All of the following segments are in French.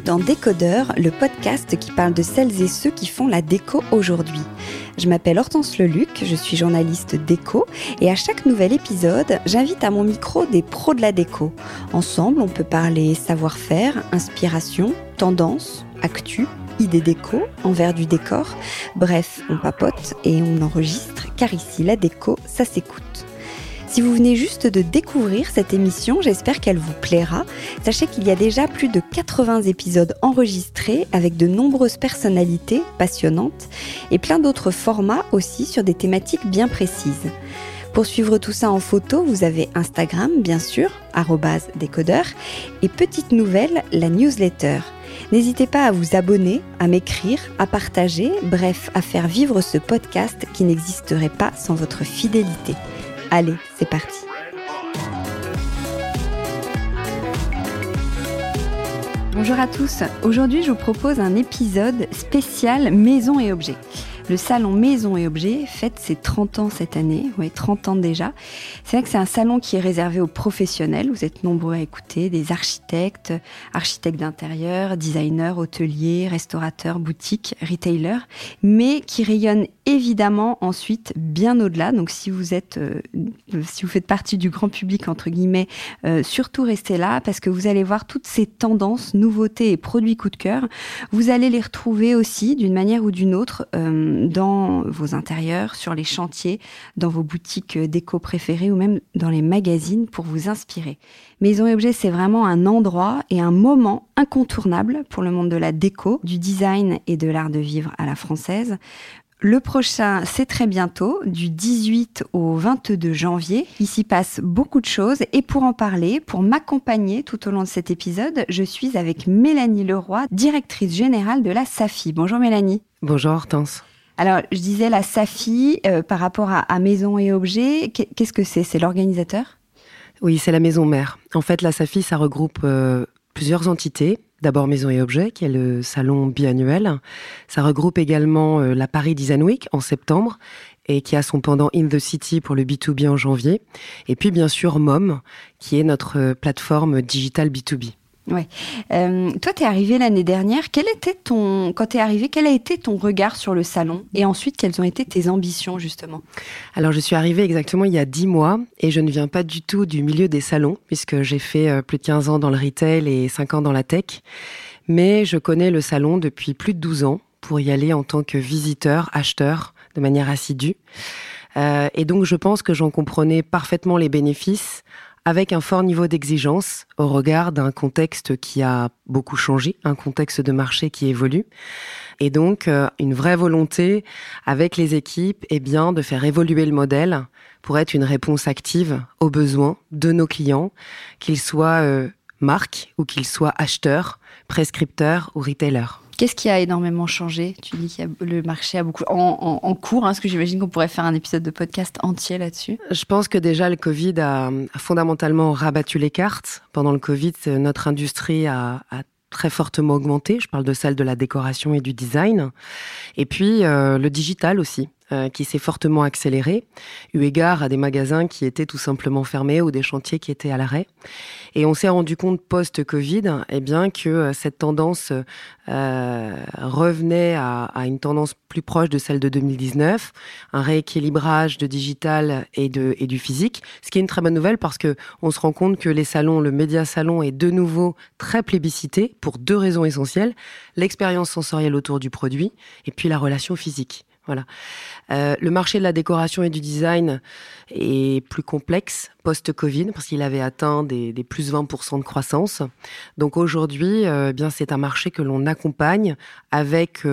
dans Décodeur, le podcast qui parle de celles et ceux qui font la déco aujourd'hui. Je m'appelle Hortense Leluc, je suis journaliste déco et à chaque nouvel épisode, j'invite à mon micro des pros de la déco. Ensemble, on peut parler savoir-faire, inspiration, tendance, actu, idées déco, envers du décor. Bref, on papote et on enregistre car ici, la déco, ça s'écoute. Si vous venez juste de découvrir cette émission, j'espère qu'elle vous plaira. Sachez qu'il y a déjà plus de 80 épisodes enregistrés avec de nombreuses personnalités passionnantes et plein d'autres formats aussi sur des thématiques bien précises. Pour suivre tout ça en photo, vous avez Instagram, bien sûr, @décodeur, et petite nouvelle, la newsletter. N'hésitez pas à vous abonner, à m'écrire, à partager, bref, à faire vivre ce podcast qui n'existerait pas sans votre fidélité. Allez, c'est parti. Bonjour à tous. Aujourd'hui, je vous propose un épisode spécial Maison et Objets. Le salon Maison et Objets fête ses 30 ans cette année, 30 ans déjà. C'est vrai que c'est un salon qui est réservé aux professionnels. Vous êtes nombreux à écouter, des architectes d'intérieur, designers, hôteliers, restaurateurs, boutiques, retailers, mais qui rayonnent évidemment ensuite bien au-delà. Donc si vous faites partie du grand public entre guillemets, surtout restez là parce que vous allez voir toutes ces tendances, nouveautés et produits coup de cœur. Vous allez les retrouver aussi d'une manière ou d'une autre dans vos intérieurs, sur les chantiers, dans vos boutiques déco préférées ou même dans les magazines pour vous inspirer. Maison et Objets, c'est vraiment un endroit et un moment incontournable pour le monde de la déco, du design et de l'art de vivre à la française. Le prochain, c'est très bientôt, du 18 au 22 janvier. Il s'y passe beaucoup de choses et pour en parler, pour m'accompagner tout au long de cet épisode, je suis avec Mélanie Leroy, directrice générale de la SAFI. Bonjour Mélanie. Bonjour Hortense. Alors, je disais la SAFI par rapport à Maison et Objets. Qu'est-ce que c'est ? C'est l'organisateur ? Oui, c'est la maison mère. En fait, la SAFI, ça regroupe plusieurs entités. D'abord Maison et Objets, qui est le salon biannuel. Ça regroupe également la Paris Design Week en septembre et qui a son pendant In the City pour le B2B en janvier. Et puis bien sûr MOM, qui est notre plateforme digitale B2B. Ouais. Toi, t'es arrivée l'année dernière. Quand t'es arrivée, quel a été ton regard sur le salon ? Et ensuite, quelles ont été tes ambitions, justement ? Alors, je suis arrivée exactement il y a 10 mois et je ne viens pas du tout du milieu des salons, puisque j'ai fait plus de 15 ans dans le retail et 5 ans dans la tech. Mais je connais le salon depuis plus de 12 ans pour y aller en tant que visiteur, acheteur, de manière assidue. Et donc, je pense que j'en comprenais parfaitement les bénéfices, avec un fort niveau d'exigence au regard d'un contexte qui a beaucoup changé, un contexte de marché qui évolue. Et donc, une vraie volonté avec les équipes, de faire évoluer le modèle pour être une réponse active aux besoins de nos clients, qu'ils soient marques ou qu'ils soient acheteurs, prescripteurs ou retailers. Qu'est-ce qui a énormément changé ? Tu dis que le marché a beaucoup en cours, parce que j'imagine qu'on pourrait faire un épisode de podcast entier là-dessus. Je pense que déjà le Covid a fondamentalement rabattu les cartes. Pendant le Covid, notre industrie a très fortement augmenté. Je parle de celle de la décoration et du design. Et puis le digital aussi, qui s'est fortement accéléré, eu égard à des magasins qui étaient tout simplement fermés ou des chantiers qui étaient à l'arrêt. Et on s'est rendu compte post-Covid que cette tendance revenait à une tendance plus proche de celle de 2019, un rééquilibrage de digital et du physique, ce qui est une très bonne nouvelle parce que on se rend compte que les salons, le média salon est de nouveau très plébiscité pour 2 raisons essentielles, l'expérience sensorielle autour du produit et puis la relation physique. Voilà. Le marché de la décoration et du design est plus complexe post-Covid parce qu'il avait atteint des plus 20% de croissance. Donc aujourd'hui, c'est un marché que l'on accompagne avec,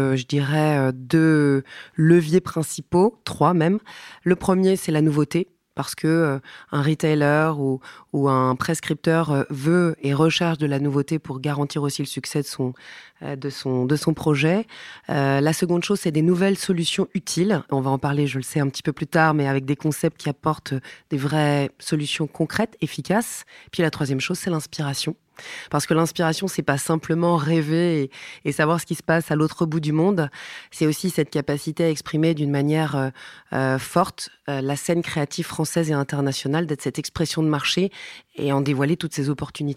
2 leviers principaux, 3 même. Le premier, c'est la nouveauté. Parce que un retailer ou un prescripteur veut et recherche de la nouveauté pour garantir aussi le succès de son projet. La seconde chose, c'est des nouvelles solutions utiles. On va en parler, je le sais, un petit peu plus tard, mais avec des concepts qui apportent des vraies solutions concrètes, efficaces. Puis la troisième chose, c'est l'inspiration. Parce que l'inspiration, c'est pas simplement rêver et savoir ce qui se passe à l'autre bout du monde. C'est aussi cette capacité à exprimer d'une manière forte la scène créative française et internationale, d'être cette expression de marché et en dévoiler toutes ses opportunités.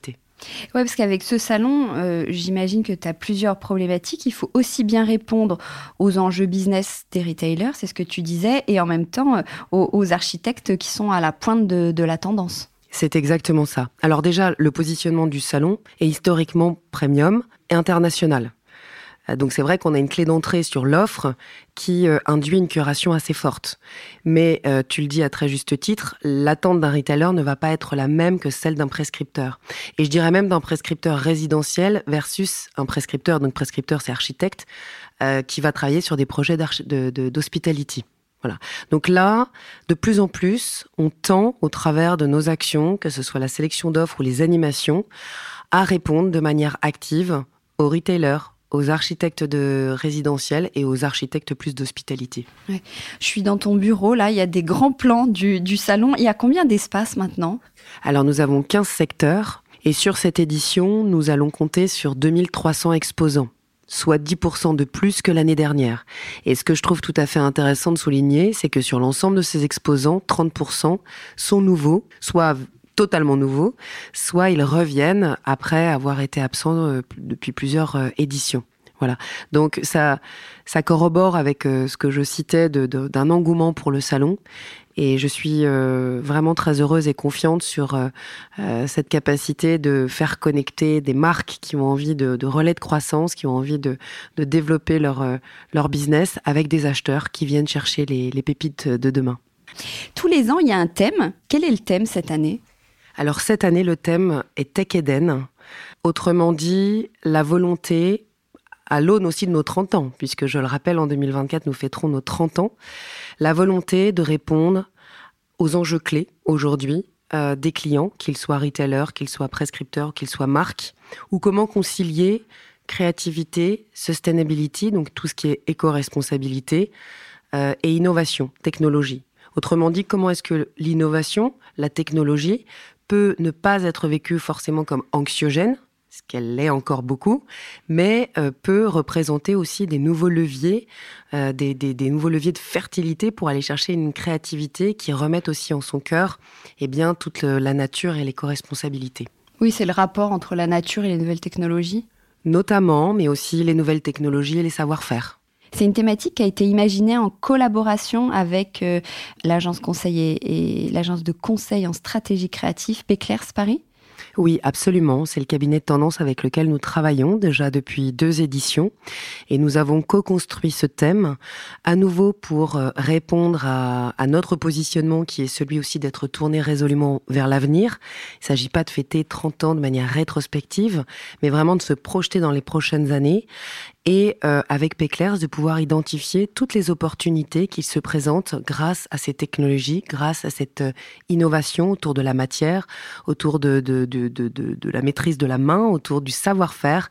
Ouais, parce qu'avec ce salon, j'imagine que tu as plusieurs problématiques. Il faut aussi bien répondre aux enjeux business des retailers, c'est ce que tu disais, et en même temps aux architectes qui sont à la pointe de la tendance. C'est exactement ça. Alors déjà, le positionnement du salon est historiquement premium et international. Donc c'est vrai qu'on a une clé d'entrée sur l'offre qui induit une curation assez forte. Mais tu le dis à très juste titre, l'attente d'un retailer ne va pas être la même que celle d'un prescripteur. Et je dirais même d'un prescripteur résidentiel versus un prescripteur, donc prescripteur c'est architecte, qui va travailler sur des projets d'hospitality. Voilà. Donc là, de plus en plus, on tend, au travers de nos actions, que ce soit la sélection d'offres ou les animations, à répondre de manière active aux retailers, aux architectes de résidentiel et aux architectes plus d'hospitalité. Ouais. Je suis dans ton bureau, là, il y a des grands plans du salon. Il y a combien d'espaces maintenant ? Alors, nous avons 15 secteurs et sur cette édition, nous allons compter sur 2300 exposants, soit 10% de plus que l'année dernière. Et ce que je trouve tout à fait intéressant de souligner, c'est que sur l'ensemble de ces exposants, 30% sont nouveaux, soit totalement nouveaux, soit ils reviennent après avoir été absents depuis plusieurs éditions. Voilà. Donc ça corrobore avec ce que je citais d'un engouement pour le salon. Et je suis vraiment très heureuse et confiante sur cette capacité de faire connecter des marques qui ont envie de relais de croissance, qui ont envie de développer leur business avec des acheteurs qui viennent chercher les pépites de demain. Tous les ans, il y a un thème. Quel est le thème cette année ? Alors cette année, le thème est Tech Eden. Autrement dit, la volonté, à l'aune aussi de nos 30 ans, puisque je le rappelle, en 2024, nous fêterons nos 30 ans, la volonté de répondre aux enjeux clés aujourd'hui des clients, qu'ils soient retailers, qu'ils soient prescripteurs, qu'ils soient marques, ou comment concilier créativité, sustainability, donc tout ce qui est éco-responsabilité, et innovation, technologie. Autrement dit, comment est-ce que l'innovation, la technologie, peut ne pas être vécue forcément comme anxiogène, ce qu'elle l'est encore beaucoup, mais peut représenter aussi des nouveaux leviers, des nouveaux leviers de fertilité pour aller chercher une créativité qui remette aussi en son cœur toute la nature et l'éco-responsabilité. Oui, c'est le rapport entre la nature et les nouvelles technologies. Notamment, mais aussi les nouvelles technologies et les savoir-faire. C'est une thématique qui a été imaginée en collaboration avec l'agence conseil et l'agence de conseil en stratégie créative, Péclairs Paris. Oui, absolument. C'est le cabinet de tendance avec lequel nous travaillons déjà depuis 2 éditions. Et nous avons co-construit ce thème à nouveau pour répondre à notre positionnement qui est celui aussi d'être tourné résolument vers l'avenir. Il ne s'agit pas de fêter 30 ans de manière rétrospective, mais vraiment de se projeter dans les prochaines années. Et avec Péclairs, de pouvoir identifier toutes les opportunités qui se présentent grâce à ces technologies, grâce à cette innovation autour de la matière, autour de la maîtrise de la main, autour du savoir-faire,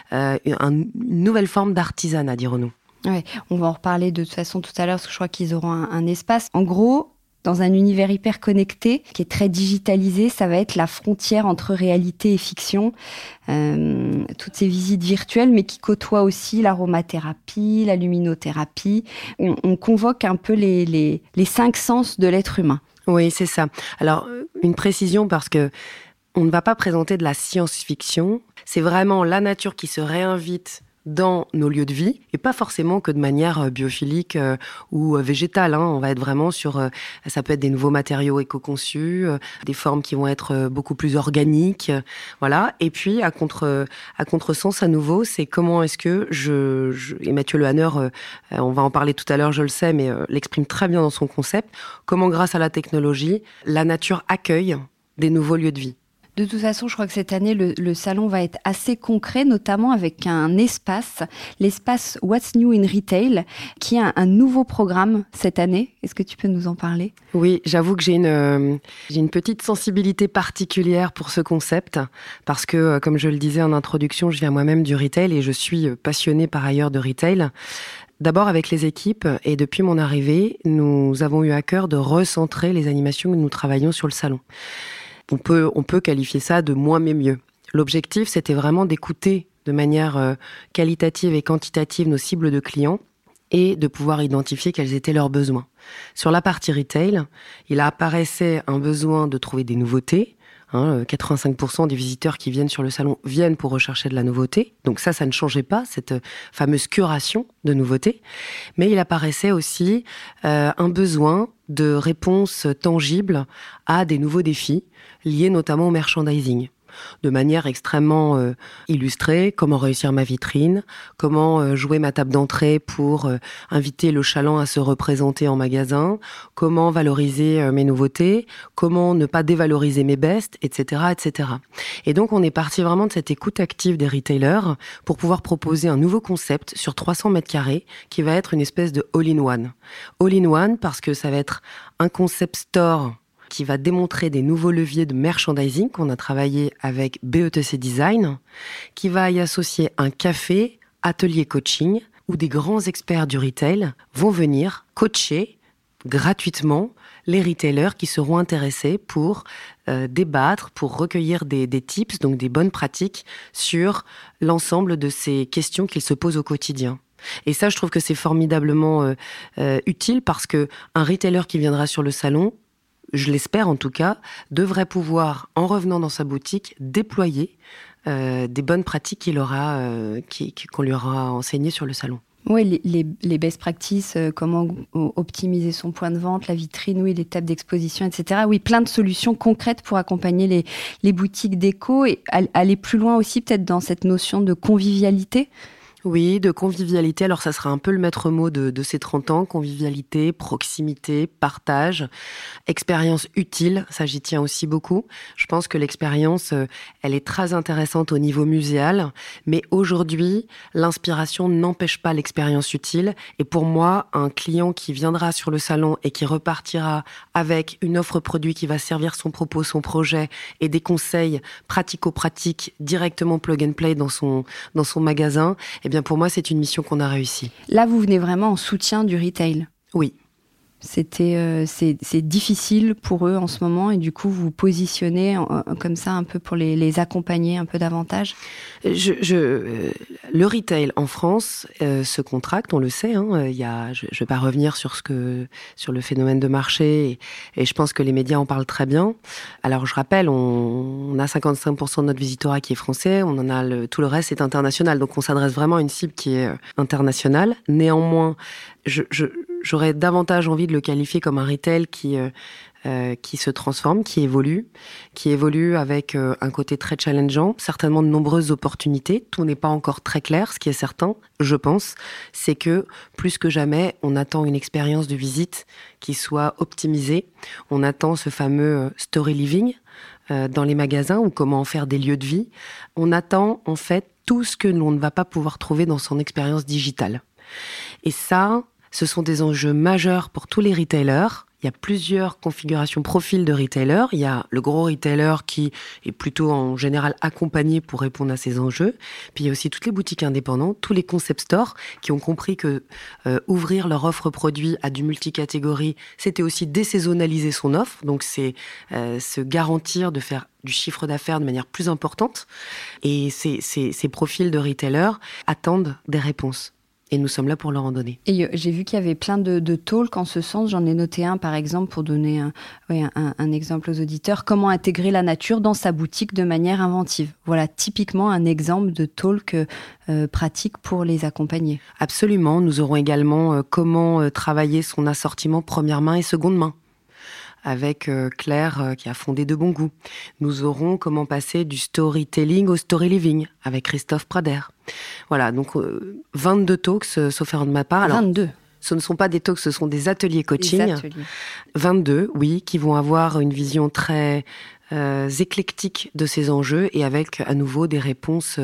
une nouvelle forme d'artisanat, dirons-nous. Ouais, on va en reparler de toute façon tout à l'heure, parce que je crois qu'ils auront un espace. En gros, dans un univers hyper connecté, qui est très digitalisé, ça va être la frontière entre réalité et fiction. Toutes ces visites virtuelles, mais qui côtoient aussi l'aromathérapie, la luminothérapie. On convoque un peu les 5 sens de l'être humain. Oui, c'est ça. Alors, une précision, parce que on ne va pas présenter de la science-fiction. C'est vraiment la nature qui se réinvite dans nos lieux de vie, et pas forcément que de manière biophilique ou végétale. On va être vraiment sur, ça peut être des nouveaux matériaux éco-conçus, des formes qui vont être beaucoup plus organiques, voilà. Et puis à contresens à nouveau, c'est comment est-ce que et Mathieu Le Hanner, on va en parler tout à l'heure, je le sais, mais l'exprime très bien dans son concept, comment grâce à la technologie, la nature accueille des nouveaux lieux de vie. De toute façon, je crois que cette année, le salon va être assez concret, notamment avec un espace, l'espace What's New in Retail, qui a un nouveau programme cette année. Est-ce que tu peux nous en parler ? Oui, j'avoue que j'ai une petite sensibilité particulière pour ce concept, parce que, comme je le disais en introduction, je viens moi-même du retail et je suis passionnée par ailleurs de retail. D'abord avec les équipes, et depuis mon arrivée, nous avons eu à cœur de recentrer les animations que nous travaillons sur le salon. On peut qualifier ça de moins mais mieux. L'objectif, c'était vraiment d'écouter de manière qualitative et quantitative nos cibles de clients et de pouvoir identifier quels étaient leurs besoins. Sur la partie retail, il apparaissait un besoin de trouver des nouveautés, 85% des visiteurs qui viennent sur le salon viennent pour rechercher de la nouveauté. Donc ça ne changeait pas, cette fameuse curation de nouveautés. Mais il apparaissait aussi un besoin de réponses tangibles à des nouveaux défis liés notamment au merchandising. De manière extrêmement illustrée, comment réussir ma vitrine, comment jouer ma table d'entrée pour inviter le chaland à se représenter en magasin, comment valoriser mes nouveautés, comment ne pas dévaloriser mes bestes, etc., etc. Et donc on est parti vraiment de cette écoute active des retailers pour pouvoir proposer un nouveau concept sur 300 mètres carrés qui va être une espèce de all-in-one. All-in-one parce que ça va être un concept store qui va démontrer des nouveaux leviers de merchandising qu'on a travaillé avec BETC Design, qui va y associer un café, atelier coaching, où des grands experts du retail vont venir coacher gratuitement les retailers qui seront intéressés pour débattre, pour recueillir des tips, donc des bonnes pratiques sur l'ensemble de ces questions qu'ils se posent au quotidien. Et ça, je trouve que c'est formidablement utile parce que un retailer qui viendra sur le salon, je l'espère en tout cas, devrait pouvoir, en revenant dans sa boutique, déployer des bonnes pratiques qu'on lui aura enseignées sur le salon. Oui, les best practices, comment optimiser son point de vente, la vitrine, oui, les tables d'exposition, etc. Oui, plein de solutions concrètes pour accompagner les boutiques déco et aller plus loin aussi peut-être dans cette notion de convivialité. Oui, de convivialité. Alors, ça sera un peu le maître mot de ces 30 ans. Convivialité, proximité, partage, expérience utile. Ça, j'y tiens aussi beaucoup. Je pense que l'expérience, elle est très intéressante au niveau muséal. Mais aujourd'hui, l'inspiration n'empêche pas l'expérience utile. Et pour moi, un client qui viendra sur le salon et qui repartira avec une offre produit qui va servir son propos, son projet et des conseils pratico-pratiques directement plug and play dans son magasin, eh bien pour moi, c'est une mission qu'on a réussi. Là, vous venez vraiment en soutien du retail. Oui. C'est difficile pour eux en ce moment et du coup, vous vous positionnez comme ça un peu pour les accompagner un peu davantage. Le retail en France se contracte, on le sait. Je vais pas revenir sur le phénomène de marché et je pense que les médias en parlent très bien. Alors je rappelle, on a 55% de notre visitorat qui est français, on en a tout le reste est international, donc on s'adresse vraiment à une cible qui est internationale. Néanmoins, j'aurais davantage envie de le qualifier comme un retail qui se transforme, qui évolue avec un côté très challengeant, certainement de nombreuses opportunités. Tout n'est pas encore très clair. Ce qui est certain, je pense, c'est que plus que jamais, on attend une expérience de visite qui soit optimisée. On attend ce fameux story living dans les magasins ou comment en faire des lieux de vie. On attend en fait tout ce que l'on ne va pas pouvoir trouver dans son expérience digitale. Et ça, ce sont des enjeux majeurs pour tous les retailers. Il y a plusieurs configurations profils de retailers. Il y a le gros retailer qui est plutôt en général accompagné pour répondre à ces enjeux. Puis il y a aussi toutes les boutiques indépendantes, tous les concept stores qui ont compris que ouvrir leur offre produit à du multicatégorie, c'était aussi désaisonnaliser son offre. Donc c'est se garantir de faire du chiffre d'affaires de manière plus importante. Et ces profils de retailers attendent des réponses. Et nous sommes là pour leur en donner. Et j'ai vu qu'il y avait plein de talks en ce sens. J'en ai noté un, par exemple, pour donner un exemple aux auditeurs. Comment intégrer la nature dans sa boutique de manière inventive. Voilà, typiquement un exemple de talk pratique pour les accompagner. Absolument. Nous aurons également comment travailler son assortiment première main et seconde main, avec Claire qui a fondé De Bon Goût. Nous aurons comment passer du storytelling au story living avec Christophe Prader. Voilà, donc 22 talks, sauf erreur de ma part. Alors, 22. Ce ne sont pas des talks, ce sont des ateliers coaching. Des ateliers. 22, oui, qui vont avoir une vision très éclectique de ces enjeux et avec à nouveau des réponses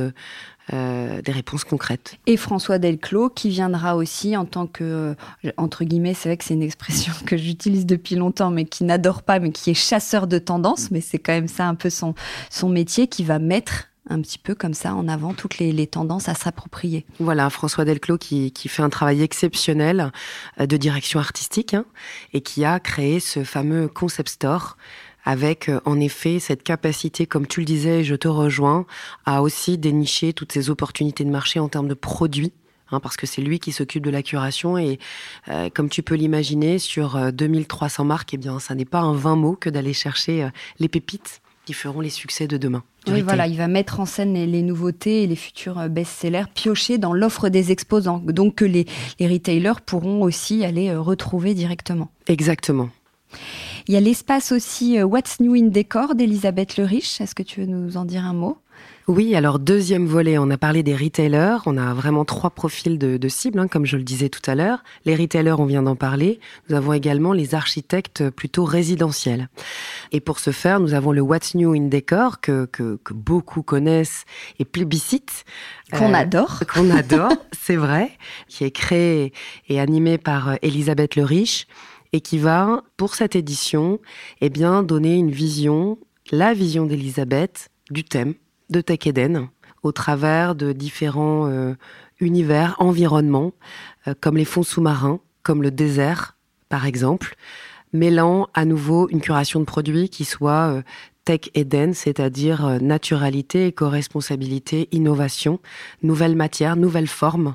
concrètes. Et François Delclos qui viendra aussi en tant que, entre guillemets, c'est vrai que c'est une expression que j'utilise depuis longtemps, mais qui n'adore pas, mais qui est chasseur de tendances, mais c'est quand même ça un peu son métier, qui va mettre un petit peu comme ça en avant toutes les tendances à s'approprier. Voilà, François Delclos qui fait un travail exceptionnel de direction artistique et qui a créé ce fameux concept store avec en effet cette capacité, comme tu le disais, je te rejoins, à aussi dénicher toutes ces opportunités de marché en termes de produits. Parce que c'est lui qui s'occupe de la curation et comme tu peux l'imaginer, sur 2300 marques, eh bien, ça n'est pas un vain mot que d'aller chercher les pépites qui feront les succès de demain. Oui, voilà, il va mettre en scène les nouveautés et les futurs best-sellers piochés dans l'offre des exposants, donc que les retailers pourront aussi aller retrouver directement. Exactement. Il y a l'espace aussi What's New in Decor d'Elisabeth Le Riche. Est-ce que tu veux nous en dire un mot ? Oui, alors deuxième volet, on a parlé des retailers. On a vraiment 3 profils de cibles, comme je le disais tout à l'heure. Les retailers, on vient d'en parler. Nous avons également les architectes plutôt résidentiels. Et pour ce faire, nous avons le What's New in Decor que beaucoup connaissent et plébiscitent. Qu'on adore. Qu'on adore, c'est vrai. Qui est créé et animé par Elisabeth Le Riche et qui va, pour cette édition, donner une vision, la vision d'Elisabeth du thème de Tech Eden, au travers de différents univers, environnements, comme les fonds sous-marins, comme le désert, par exemple, mêlant à nouveau une curation de produits qui soit Tech Eden, c'est-à-dire naturalité, éco-responsabilité, innovation, nouvelles matières, nouvelles formes.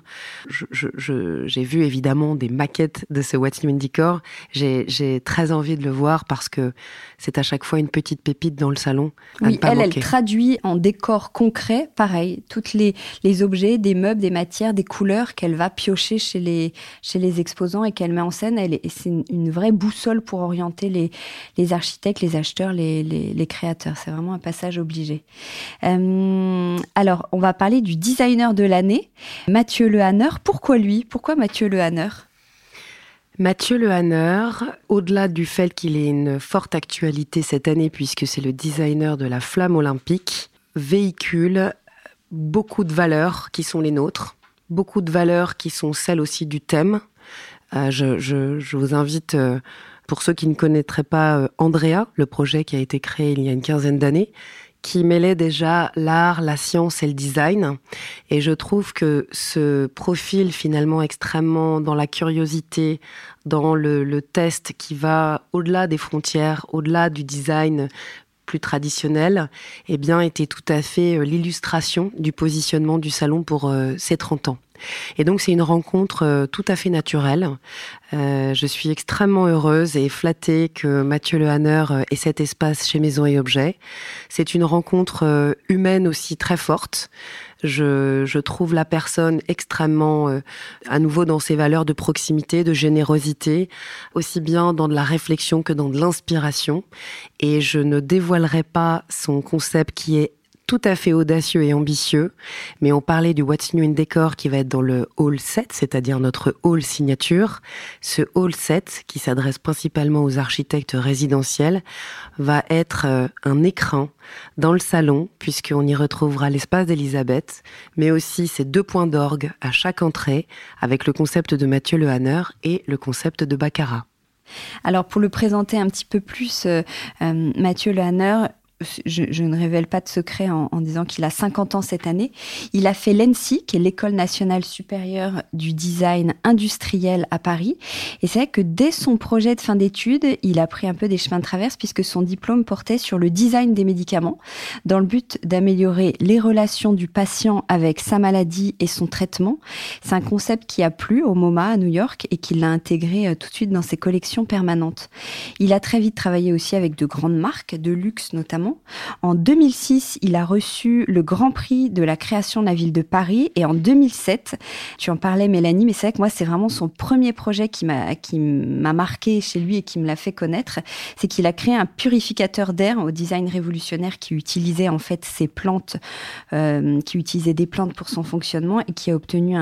J'ai vu évidemment des maquettes de ce What's New in Decor. J'ai très envie de le voir parce que c'est à chaque fois une petite pépite dans le salon. Oui, elle traduit en décor concret, pareil, tous les objets, des meubles, des matières, des couleurs qu'elle va piocher chez les exposants et qu'elle met en scène. C'est une vraie boussole pour orienter les architectes, les acheteurs, les créateurs. C'est vraiment un passage obligé. Alors, on va parler du designer de l'année, Mathieu Lehanner. Pourquoi lui ? Pourquoi Mathieu Lehanner ? Mathieu Lehanner, au-delà du fait qu'il ait une forte actualité cette année, puisque c'est le designer de la flamme olympique, véhicule beaucoup de valeurs qui sont les nôtres, beaucoup de valeurs qui sont celles aussi du thème. Je vous invite... Pour ceux qui ne connaîtraient pas Andrea, le projet qui a été créé il y a une quinzaine d'années, qui mêlait déjà l'art, la science et le design. Et je trouve que ce profil finalement extrêmement dans la curiosité, dans le test qui va au-delà des frontières, au-delà du design plus traditionnel, était tout à fait l'illustration du positionnement du salon pour ses 30 ans. Et donc c'est une rencontre tout à fait naturelle. Je suis extrêmement heureuse et flattée que Mathieu Lehanner ait cet espace chez Maisons et Objets. C'est une rencontre humaine aussi très forte. Je trouve la personne extrêmement, à nouveau dans ses valeurs de proximité, de générosité, aussi bien dans de la réflexion que dans de l'inspiration. Et je ne dévoilerai pas son concept qui est tout à fait audacieux et ambitieux, mais on parlait du What's New in Decor qui va être dans le Hall 7, c'est-à-dire notre hall signature. Ce Hall 7, qui s'adresse principalement aux architectes résidentiels, va être un écrin dans le salon, puisqu'on y retrouvera l'espace d'Elisabeth, mais aussi ces 2 points d'orgue à chaque entrée, avec le concept de Mathieu Lehanner et le concept de Baccarat. Alors pour le présenter un petit peu plus, Mathieu Lehanner, je ne révèle pas de secret en disant qu'il a 50 ans cette année. Il a fait l'ENSI, qui est l'École nationale supérieure du design industriel à Paris. Et c'est vrai que dès son projet de fin d'études, il a pris un peu des chemins de traverse puisque son diplôme portait sur le design des médicaments dans le but d'améliorer les relations du patient avec sa maladie et son traitement. C'est un concept qui a plu au MoMA à New York et qu'il a intégré tout de suite dans ses collections permanentes. Il a très vite travaillé aussi avec de grandes marques, de luxe notamment. En 2006, il a reçu le Grand Prix de la création de la ville de Paris. Et en 2007, tu en parlais Mélanie, mais c'est vrai que moi, c'est vraiment son premier projet qui m'a marqué chez lui et qui me l'a fait connaître. C'est qu'il a créé un purificateur d'air au design révolutionnaire qui utilisait en fait ces plantes, qui utilisait des plantes pour son fonctionnement et qui a obtenu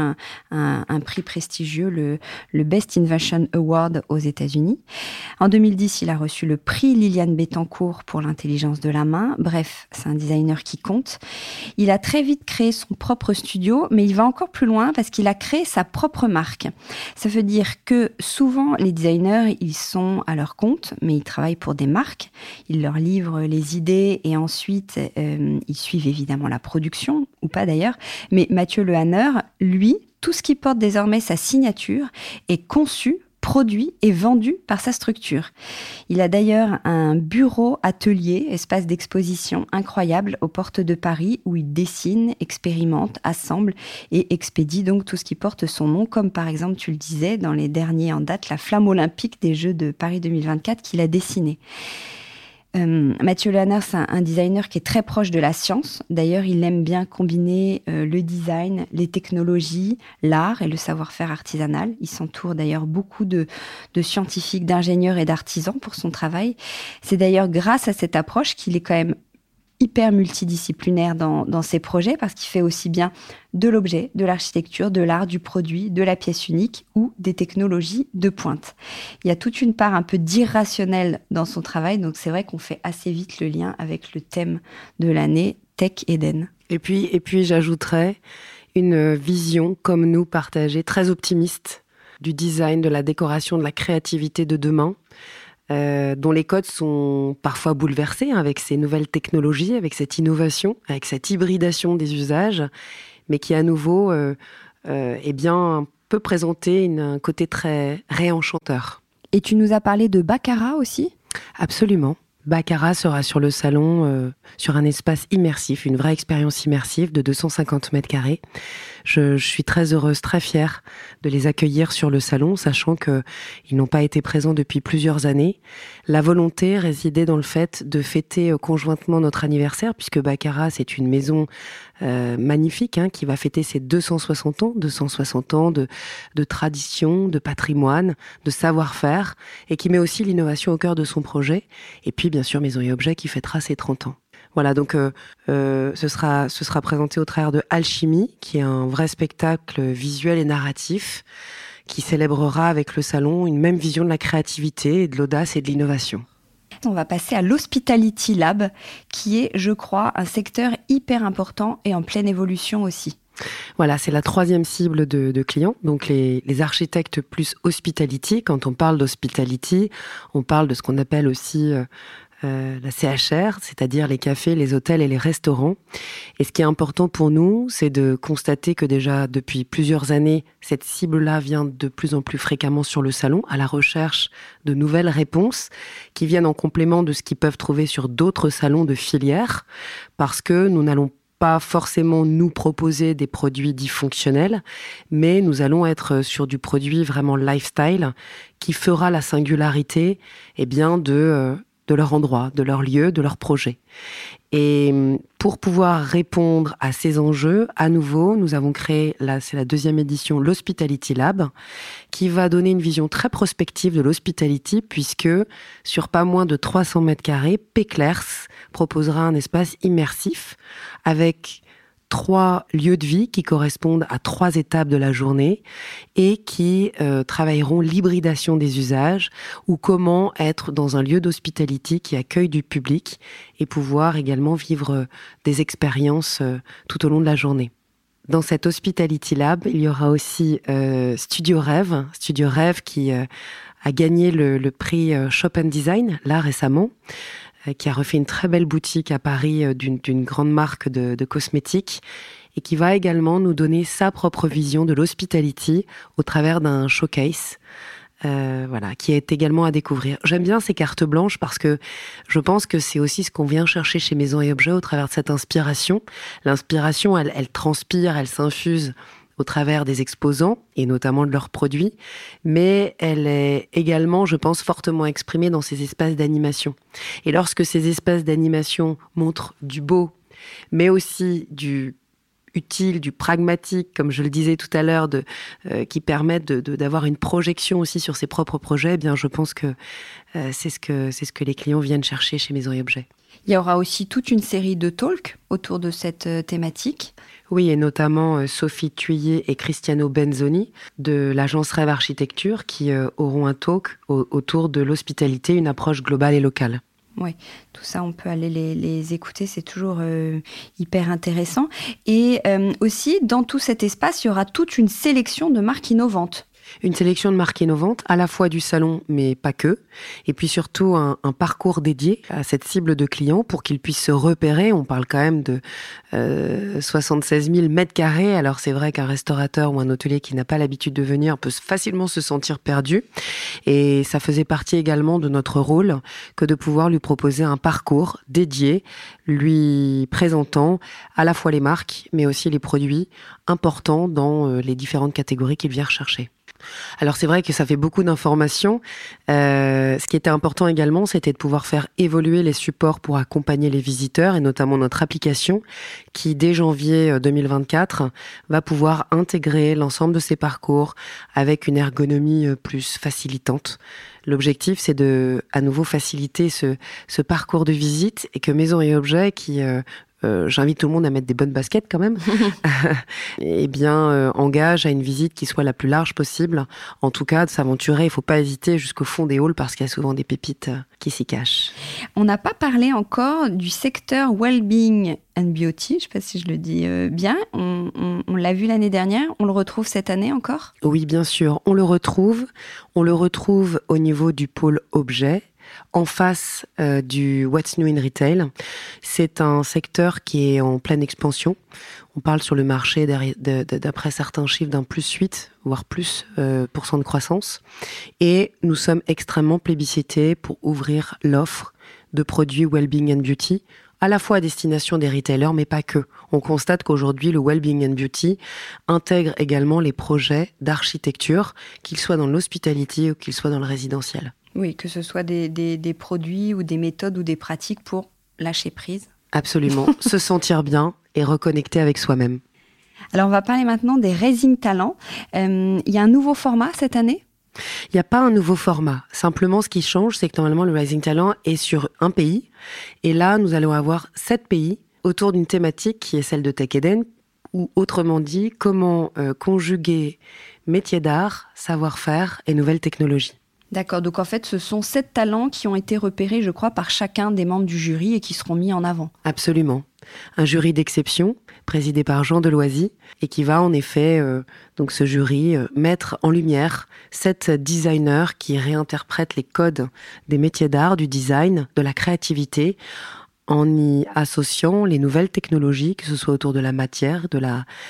un prix prestigieux, le Best Invention Award aux États-Unis. En 2010, il a reçu le prix Liliane Bettencourt pour l'intelligence de la main. Bref, c'est un designer qui compte. Il a très vite créé son propre studio, mais il va encore plus loin parce qu'il a créé sa propre marque. Ça veut dire que souvent, les designers, ils sont à leur compte, mais ils travaillent pour des marques. Ils leur livrent les idées et ensuite, ils suivent évidemment la production, ou pas d'ailleurs. Mais Mathieu Lehanner, lui, tout ce qui porte désormais sa signature est conçu, produit et vendu par sa structure. Il a d'ailleurs un bureau atelier, espace d'exposition incroyable aux portes de Paris où il dessine, expérimente, assemble et expédie donc tout ce qui porte son nom, comme par exemple, tu le disais, dans les derniers en date, la flamme olympique des Jeux de Paris 2024 qu'il a dessinée. Mathieu Léonard, c'est un designer qui est très proche de la science. D'ailleurs, il aime bien combiner le design, les technologies, l'art et le savoir-faire artisanal. Il s'entoure d'ailleurs beaucoup de scientifiques, d'ingénieurs et d'artisans pour son travail. C'est d'ailleurs grâce à cette approche qu'il est quand même hyper multidisciplinaire dans ses projets, parce qu'il fait aussi bien de l'objet, de l'architecture, de l'art, du produit, de la pièce unique ou des technologies de pointe. Il y a toute une part un peu d'irrationnel dans son travail, donc c'est vrai qu'on fait assez vite le lien avec le thème de l'année, Tech Eden. Et puis j'ajouterais une vision, comme nous, partagée, très optimiste du design, de la décoration, de la créativité de demain, dont les codes sont parfois bouleversés avec ces nouvelles technologies, avec cette innovation, avec cette hybridation des usages, mais qui à nouveau peut présenter un côté très réenchanteur. Et tu nous as parlé de Baccarat aussi ? Absolument. Baccarat sera sur le salon, sur un espace immersif, une vraie expérience immersive de 250 mètres carrés. Je suis très heureuse, très fière de les accueillir sur le salon, sachant qu'ils n'ont pas été présents depuis plusieurs années. La volonté résidait dans le fait de fêter conjointement notre anniversaire, puisque Baccarat, c'est une maison magnifique, qui va fêter ses 260 ans de tradition, de patrimoine, de savoir-faire, et qui met aussi l'innovation au cœur de son projet. Et puis, bien sûr, Maison et Objets qui fêtera ses 30 ans. Voilà, donc ce sera présenté au travers de Alchimie, qui est un vrai spectacle visuel et narratif, qui célébrera avec le salon une même vision de la créativité, de l'audace et de l'innovation. On va passer à l'Hospitality Lab, qui est, je crois, un secteur hyper important et en pleine évolution aussi. Voilà, c'est la 3e cible de clients, donc les architectes plus hospitality. Quand on parle d'hospitality, on parle de ce qu'on appelle aussi la CHR, c'est-à-dire les cafés, les hôtels et les restaurants. Et ce qui est important pour nous, c'est de constater que déjà depuis plusieurs années, cette cible-là vient de plus en plus fréquemment sur le salon, à la recherche de nouvelles réponses qui viennent en complément de ce qu'ils peuvent trouver sur d'autres salons de filière, parce que nous n'allons pas forcément nous proposer des produits dits fonctionnels, mais nous allons être sur du produit vraiment lifestyle qui fera la singularité de leur endroit, de leur lieu, de leur projet. Et pour pouvoir répondre à ces enjeux, à nouveau, nous avons créé, c'est la 2e édition, l'Hospitality Lab, qui va donner une vision très prospective de l'hospitality, puisque sur pas moins de 300 mètres carrés, Péclers proposera un espace immersif avec 3 lieux de vie qui correspondent à 3 étapes de la journée et qui travailleront l'hybridation des usages ou comment être dans un lieu d'hospitality qui accueille du public et pouvoir également vivre des expériences tout au long de la journée. Dans cet Hospitality Lab, il y aura aussi Studio Rêve qui a gagné le prix Shop & Design là récemment, qui a refait une très belle boutique à Paris d'une grande marque de cosmétiques et qui va également nous donner sa propre vision de l'hospitality au travers d'un showcase, qui est également à découvrir. J'aime bien ces cartes blanches parce que je pense que c'est aussi ce qu'on vient chercher chez Maison et Objets au travers de cette inspiration. L'inspiration, elle transpire, elle s'infuse au travers des exposants et notamment de leurs produits, mais elle est également, je pense, fortement exprimée dans ces espaces d'animation. Et lorsque ces espaces d'animation montrent du beau, mais aussi du utile, du pragmatique, comme je le disais tout à l'heure, qui permettent d'avoir une projection aussi sur ses propres projets, eh bien, je pense que c'est ce que les clients viennent chercher chez Maison et Objets. Il y aura aussi toute une série de talks autour de cette thématique. Oui, et notamment Sophie Thuillier et Cristiano Benzoni de l'agence Rêve Architecture qui auront un talk autour de l'hospitalité, une approche globale et locale. Oui, tout ça, on peut aller les écouter, c'est toujours hyper intéressant. Et aussi, dans tout cet espace, il y aura toute une sélection de marques innovantes. Une sélection de marques innovantes, à la fois du salon, mais pas que. Et puis surtout, un parcours dédié à cette cible de clients pour qu'ils puissent se repérer. On parle quand même de 76 000 mètres carrés. Alors c'est vrai qu'un restaurateur ou un hôtelier qui n'a pas l'habitude de venir peut facilement se sentir perdu. Et ça faisait partie également de notre rôle que de pouvoir lui proposer un parcours dédié, lui présentant à la fois les marques, mais aussi les produits importants dans les différentes catégories qu'il vient rechercher. Alors c'est vrai que ça fait beaucoup d'informations. Ce qui était important également, c'était de pouvoir faire évoluer les supports pour accompagner les visiteurs, et notamment notre application qui, dès janvier 2024, va pouvoir intégrer l'ensemble de ces parcours avec une ergonomie plus facilitante. L'objectif, c'est de à nouveau faciliter ce parcours de visite, et que Maisons et Objets, qui j'invite tout le monde à mettre des bonnes baskets quand même, engage à une visite qui soit la plus large possible. En tout cas, de s'aventurer, il ne faut pas hésiter jusqu'au fond des halls parce qu'il y a souvent des pépites qui s'y cachent. On n'a pas parlé encore du secteur Wellbeing and Beauty, je ne sais pas si je le dis bien. On l'a vu l'année dernière, on le retrouve cette année encore ? Oui, bien sûr, on le retrouve. On le retrouve au niveau du pôle objet, en face du What's New in Retail. C'est un secteur qui est en pleine expansion. On parle sur le marché, d'après certains chiffres, d'un +8, voire plus % de croissance. Et nous sommes extrêmement plébiscités pour ouvrir l'offre de produits Wellbeing and Beauty, à la fois à destination des retailers, mais pas que. On constate qu'aujourd'hui, le Wellbeing and Beauty intègre également les projets d'architecture, qu'ils soient dans l'hospitality ou qu'ils soient dans le résidentiel. Oui, que ce soit des produits ou des méthodes ou des pratiques pour lâcher prise. Absolument, se sentir bien et reconnecter avec soi-même. Alors, on va parler maintenant des Rising Talents. Il y a un nouveau format cette année ? Il n'y a pas un nouveau format. Simplement, ce qui change, c'est que normalement, le Rising Talent est sur un pays. Et là, nous allons avoir 7 pays autour d'une thématique qui est celle de Tech Eden, ou autrement dit, comment conjuguer métier d'art, savoir-faire et nouvelles technologies. D'accord, donc en fait, ce sont 7 talents qui ont été repérés, je crois, par chacun des membres du jury et qui seront mis en avant. Absolument. Un jury d'exception, présidé par Jean Deloisy, et qui va en effet, donc ce jury, mettre en lumière 7 designers qui réinterprètent les codes des métiers d'art, du design, de la créativité, en y associant les nouvelles technologies, que ce soit autour de la matière, de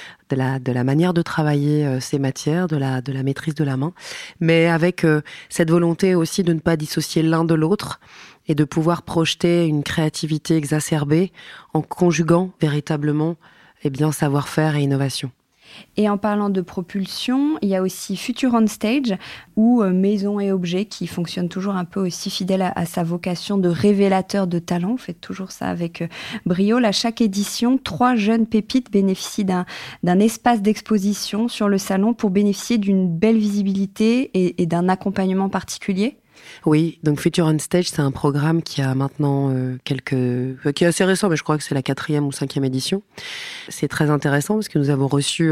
la manière de travailler ces matières, de la maîtrise de la main, mais avec cette volonté aussi de ne pas dissocier l'un de l'autre et de pouvoir projeter une créativité exacerbée en conjuguant véritablement savoir-faire et innovation. Et en parlant de propulsion, il y a aussi Future on Stage, ou Maisons et Objets, qui fonctionne toujours un peu aussi fidèle à sa vocation de révélateur de talent. Vous faites toujours ça avec brio. À chaque édition, 3 jeunes pépites bénéficient d'un espace d'exposition sur le salon pour bénéficier d'une belle visibilité et d'un accompagnement particulier. Oui, donc Future on Stage, c'est un programme qui a maintenant qui est assez récent, mais je crois que c'est la 4e ou 5e édition. C'est très intéressant parce que nous avons reçu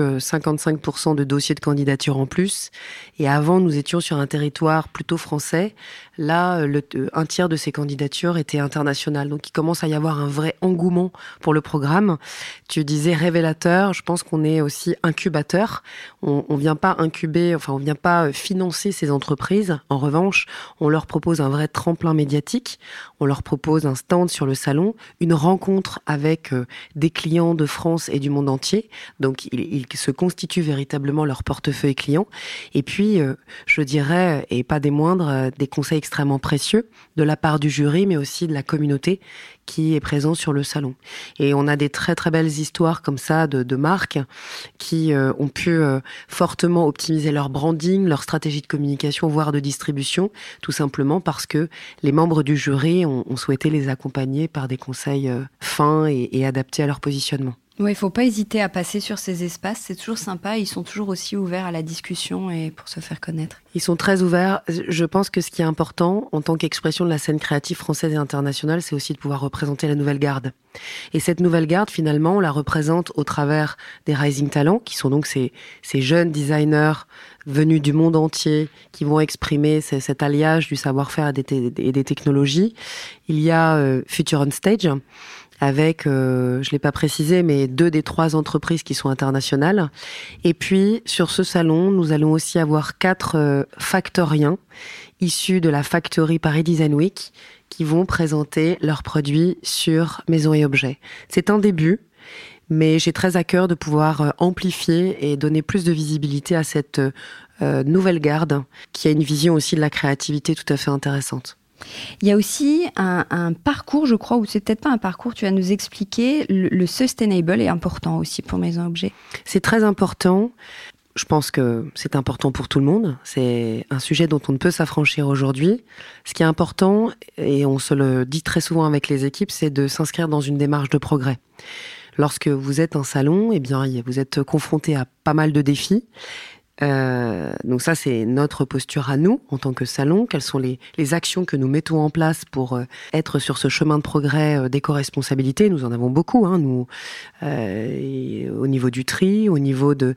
55% de dossiers de candidature en plus. Et avant, nous étions sur un territoire plutôt français. Là, un tiers de ces candidatures étaient internationales. Donc, il commence à y avoir un vrai engouement pour le programme. Tu disais révélateur, je pense qu'on est aussi incubateur. On vient pas incuber, on vient pas financer ces entreprises. En revanche, on leur propose un vrai tremplin médiatique, on leur propose un stand sur le salon, une rencontre avec des clients de France et du monde entier. Donc, ils se constituent véritablement leur portefeuille client. Et puis, je dirais, et pas des moindres, des conseils extrêmement précieux de la part du jury, mais aussi de la communauté qui est présente sur le salon. Et on a des très très belles histoires comme ça de marques qui ont pu fortement optimiser leur branding, leur stratégie de communication, voire de distribution, tout simplement parce que les membres du jury ont souhaité les accompagner par des conseils fins et adaptés à leur positionnement. Oui, il ne faut pas hésiter à passer sur ces espaces, c'est toujours sympa, ils sont toujours aussi ouverts à la discussion et pour se faire connaître. Ils sont très ouverts. Je pense que ce qui est important en tant qu'expression de la scène créative française et internationale, c'est aussi de pouvoir représenter la nouvelle garde. Et cette nouvelle garde, finalement, on la représente au travers des Rising Talents, qui sont donc ces jeunes designers venus du monde entier, qui vont exprimer cet alliage du savoir-faire et des technologies. Il y a Future on Stage, avec, je l'ai pas précisé, mais 2 des 3 entreprises qui sont internationales. Et puis, sur ce salon, nous allons aussi avoir 4 factoriens issus de la Factory Paris Design Week qui vont présenter leurs produits sur Maisons et Objets. C'est un début, mais j'ai très à cœur de pouvoir amplifier et donner plus de visibilité à cette nouvelle garde qui a une vision aussi de la créativité tout à fait intéressante. Il y a aussi un parcours, je crois, ou c'est peut-être pas un parcours, tu vas nous expliquer, le sustainable est important aussi pour Maisons et Objets. C'est très important. Je pense que c'est important pour tout le monde. C'est un sujet dont on ne peut s'affranchir aujourd'hui. Ce qui est important, et on se le dit très souvent avec les équipes, c'est de s'inscrire dans une démarche de progrès. Lorsque vous êtes un salon, eh bien, vous êtes confronté à pas mal de défis. Donc ça, c'est notre posture à nous, en tant que salon. Quelles sont les actions que nous mettons en place pour être sur ce chemin de progrès d'éco-responsabilité? Nous en avons beaucoup, nous, au niveau du tri, au niveau de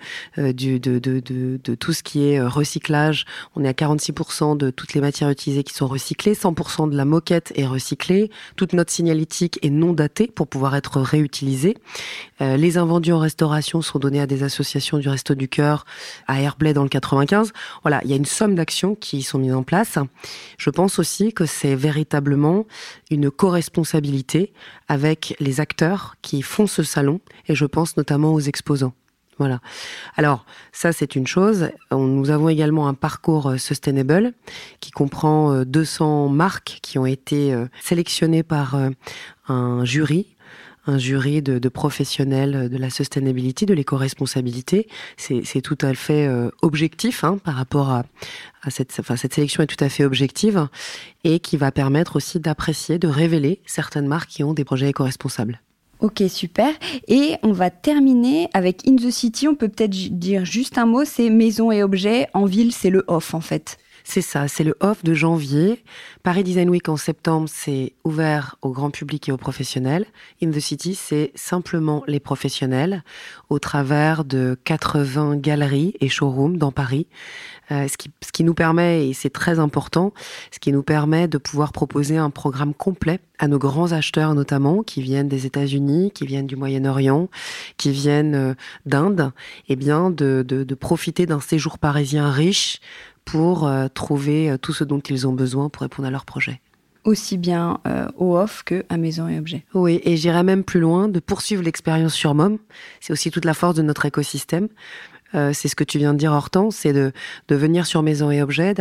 tout ce qui est recyclage. On est à 46% de toutes les matières utilisées qui sont recyclées, 100% de la moquette est recyclée, toute notre signalétique est non datée pour pouvoir être réutilisée. Les invendus en restauration sont donnés à des associations du Resto du Cœur, à Airblay dans le 95. Voilà, il y a une somme d'actions qui sont mises en place. Je pense aussi que c'est véritablement une co-responsabilité avec les acteurs qui font ce salon, et je pense notamment aux exposants. Voilà. Alors, ça, c'est une chose. Nous avons également un parcours sustainable qui comprend 200 marques qui ont été sélectionnées par un jury de professionnels de la sustainability, de l'éco-responsabilité. C'est tout à fait objectif par rapport à cette sélection est tout à fait objective et qui va permettre aussi d'apprécier, de révéler certaines marques qui ont des projets éco-responsables. Ok, super. Et on va terminer avec In the City. On peut peut-être dire juste un mot, c'est maison et objets. En ville, c'est le off en fait. C'est ça, c'est le off de janvier. Paris Design Week en septembre, c'est ouvert au grand public et aux professionnels. In the City, c'est simplement les professionnels au travers de 80 galeries et showrooms dans Paris. Ce qui nous permet, et c'est très important, ce qui nous permet de pouvoir proposer un programme complet à nos grands acheteurs notamment, qui viennent des États-Unis, qui viennent du Moyen-Orient, qui viennent d'Inde, et bien de profiter d'un séjour parisien riche pour trouver tout ce dont ils ont besoin pour répondre à leurs projets. Aussi bien au off que à maison et objets. Oui, et j'irais même plus loin, de poursuivre l'expérience sur MOM. C'est aussi toute la force de notre écosystème. C'est ce que tu viens de dire, Hortense, c'est de venir sur Maison et Objets,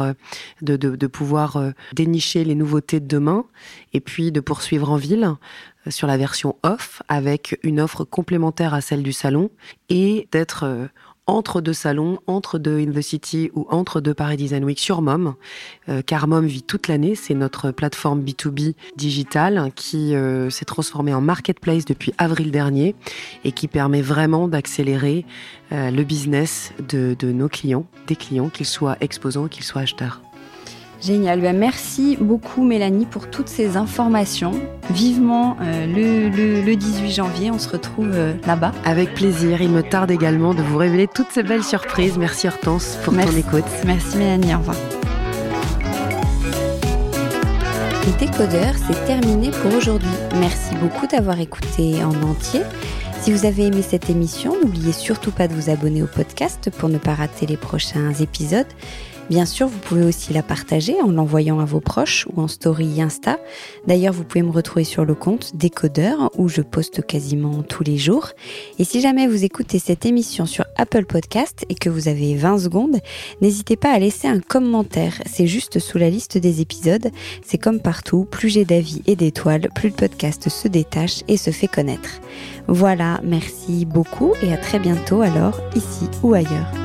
de pouvoir dénicher les nouveautés de demain, et puis de poursuivre en ville sur la version off, avec une offre complémentaire à celle du salon, et d'être entre deux salons, entre deux In the City ou entre deux Paris Design Week sur MOM, car MOM vit toute l'année. C'est notre plateforme B2B digitale qui s'est transformée en marketplace depuis avril dernier et qui permet vraiment d'accélérer le business de nos clients, des clients, qu'ils soient exposants, qu'ils soient acheteurs. Génial. Merci beaucoup Mélanie pour toutes ces informations. Vivement le 18 janvier, on se retrouve là-bas. Avec plaisir. Il me tarde également de vous révéler toutes ces belles surprises. Merci Hortense pour ton écoute. Merci Mélanie, au revoir. Le décodeur, c'est terminé pour aujourd'hui. Merci beaucoup d'avoir écouté en entier. Si vous avez aimé cette émission, n'oubliez surtout pas de vous abonner au podcast pour ne pas rater les prochains épisodes. Bien sûr, vous pouvez aussi la partager en l'envoyant à vos proches ou en story Insta. D'ailleurs, vous pouvez me retrouver sur le compte Décodeur où je poste quasiment tous les jours. Et si jamais vous écoutez cette émission sur Apple Podcast et que vous avez 20 secondes, n'hésitez pas à laisser un commentaire. C'est juste sous la liste des épisodes. C'est comme partout, plus j'ai d'avis et d'étoiles, plus le podcast se détache et se fait connaître. Voilà, merci beaucoup et à très bientôt alors, ici ou ailleurs.